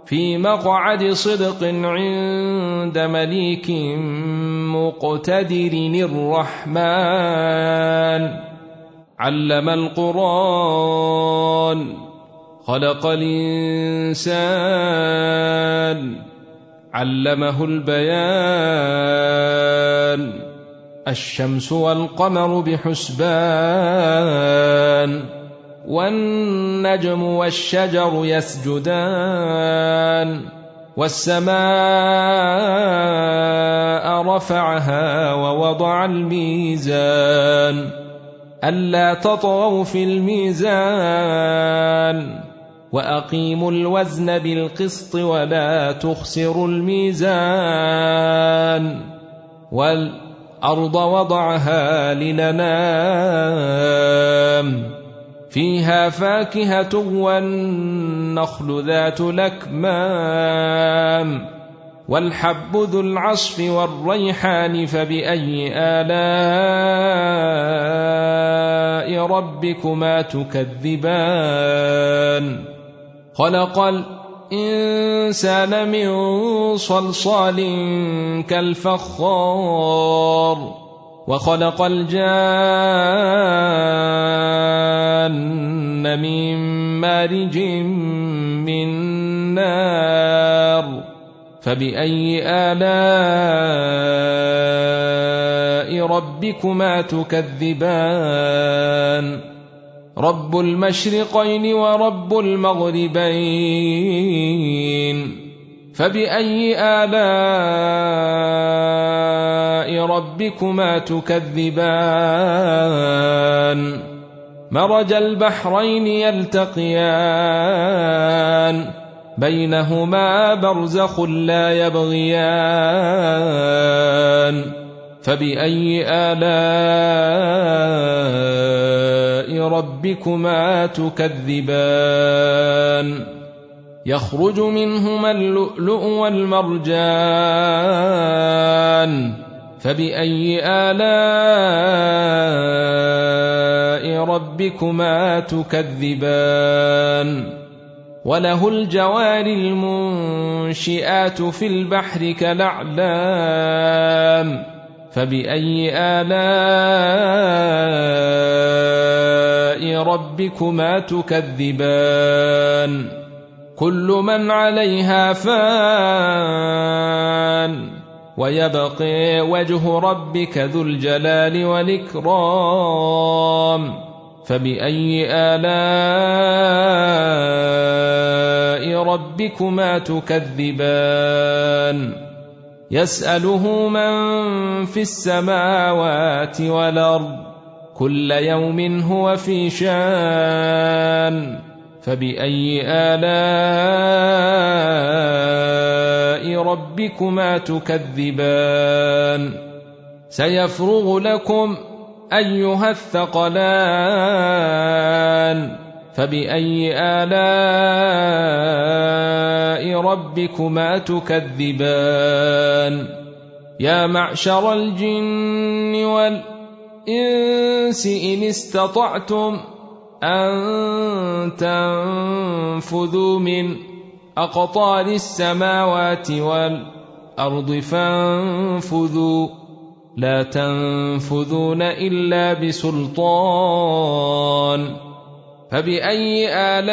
في مقعد صدق عند مليك مقتدر الرحمن. علم القرآن خلق الإنسان علمه البيان. الشمس والقمر بحسبان والنجم والشجر يسجدان. والسماء رفعها ووضع الميزان ألا تطغوا في الميزان وأقيموا الوزن بالقسط ولا تخسروا الميزان. والأرض وضعها للأنام فيها فاكهة والنخل ذات الأكمام والحب ذو العصف والريحان. فبأي آلاء ربكما تكذبان. خلق الإنسان من صلصال كالفخار وخلق الجان من مارج من نار. فبأي آلاء ربكما تكذبان. رب المشرقين ورب المغربين. فبأي آلاء ربكما تكذبان. مرج البحرين يلتقيان بينهما برزخ لا يبغيان. فبأي آلاء ربكما تكذبان. يخرج منهما اللؤلؤ والمرجان. فبأي آلاء ربكما تكذبان. وله الجوار المنشئات في البحر كالأعلام. فبأي آلاء ربكما تكذبان. كل من عليها فان ويبقى وجه ربك ذو الجلال والإكرام. فبأي آلاء ربكما تكذبان. يسأله من في السماوات والأرض كل يوم هو في شان. فبأي آلاء ربكما تكذبان. سيفرغ لكم أيها الثقلان. فبأي آلاء ربكما تكذبان. يا معشر الجن والإنس إن استطعتم أن تنفذوا من أقطار السماوات والأرض فانفذوا لا تنفذون إلا بسلطان. فبأي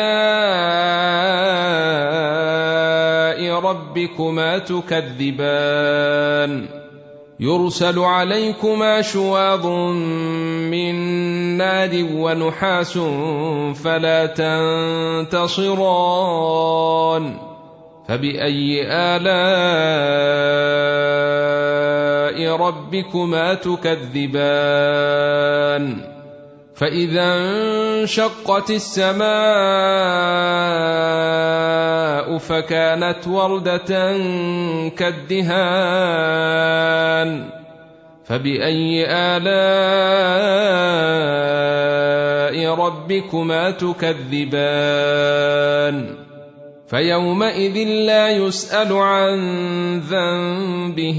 آلاء ربكما تكذبان. يرسل عليكما شواظ من نار ونحاس فلا تنتصران. فبأي آلاء ربكما تكذبان. فإذا انشقت السماء فكانت وردة كالدهان. فبأي آلاء ربكما تكذبان. فيومئذ لا يسأل عن ذنبه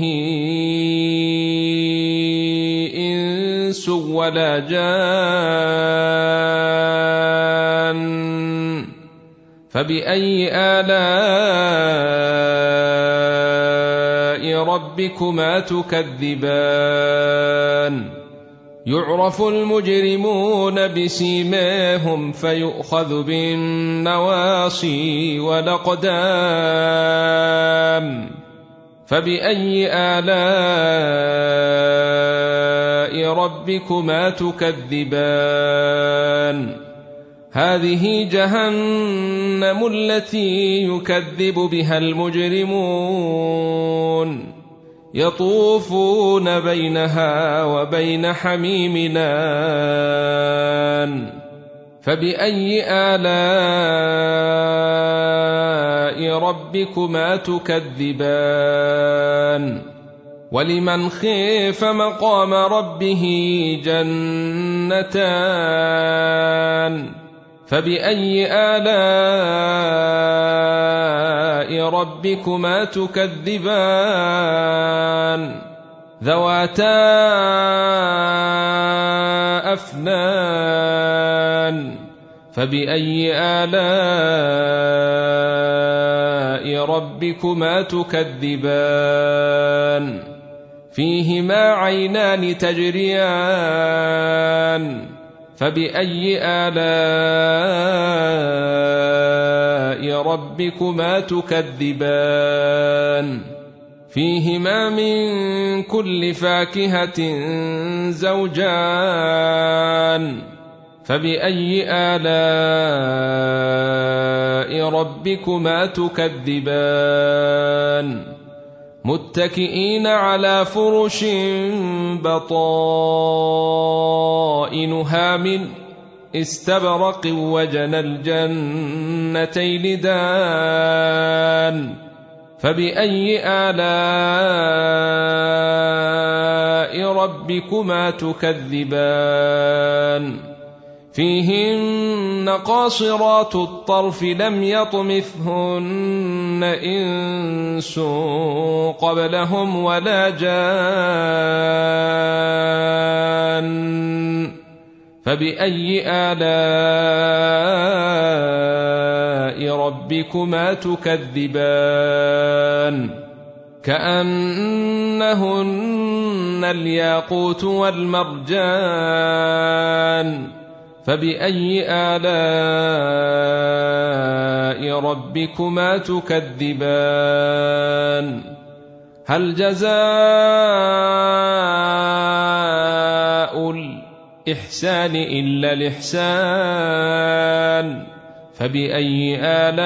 إنس ولا جان. فبأي آلاء ربكما تكذبان يعرف المجرمون بسيماهم فيؤخذ بالنواصي والأقدام فبأي آلاء ربكما تكذبان هذه جهنم التي يكذب بها المجرمون يطوفون بينها وبين حميم آن فبأي آلاء ربكما تكذبان ولمن خيف مقام ربه جنتان فبأي آلاء ربكما تكذبان ذواتا أفنان فبأي آلاء ربكما تكذبان فيهما عينان تجريان فبأي آلاء ربكما تكذبان فيهما من كل فاكهة زوجان فبأي آلاء ربكما تكذبان متكئين على فرش بطائنها من استبرق وجنى الجنتين دان فبأي آلاء ربكما تكذبان فيهن قاصرات الطرف لم يطمثهن إنس قبلهم ولا جان فبأي آلاء ربكما تكذبان كأنهن الياقوت والمرجان فبأي آلاء ربكما تكذبان هل جزاء الإحسان إلا الإحسان فبأي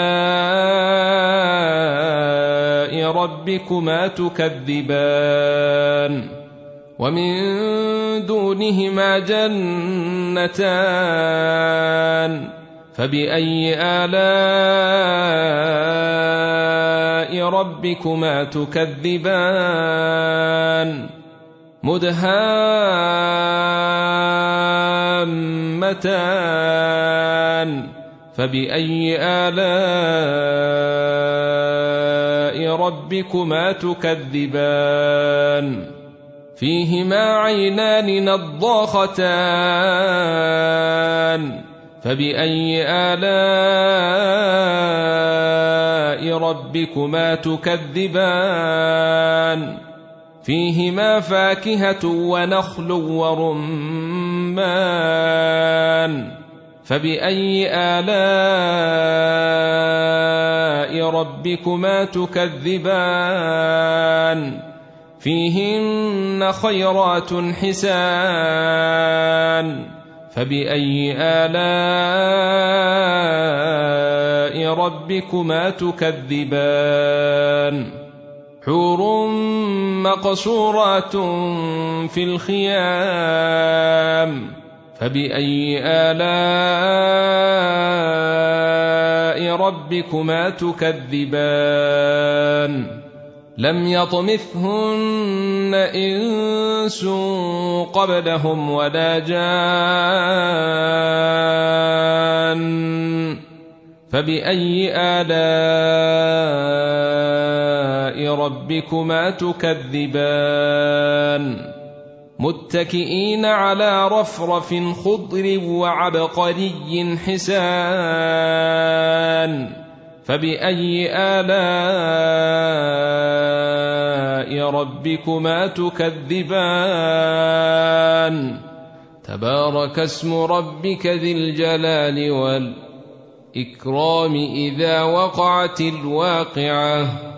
آلاء ربكما تكذبان ومن دونهما جنتان فبأي آلاء ربكما تكذبان مدهامتان فبأي آلاء ربكما تكذبان فيهما عينان نضاختان فبأي آلاء ربكما تكذبان فيهما فاكهة ونخل ورمان فبأي آلاء ربكما تكذبان فيهن خيرات حسان فبأي آلاء ربكما تكذبان حور مقصورات في الخيام فبأي آلاء ربكما تكذبان لم يطمثهن إنس قبلهم ولا جان فبأي آلاء ربكما تكذبان متكئين على رفرف خضر وعبقري حسان فبأي آلاء ربكما تكذبان تبارك اسم ربك ذي الجلال والإكرام إذا وقعت الواقعة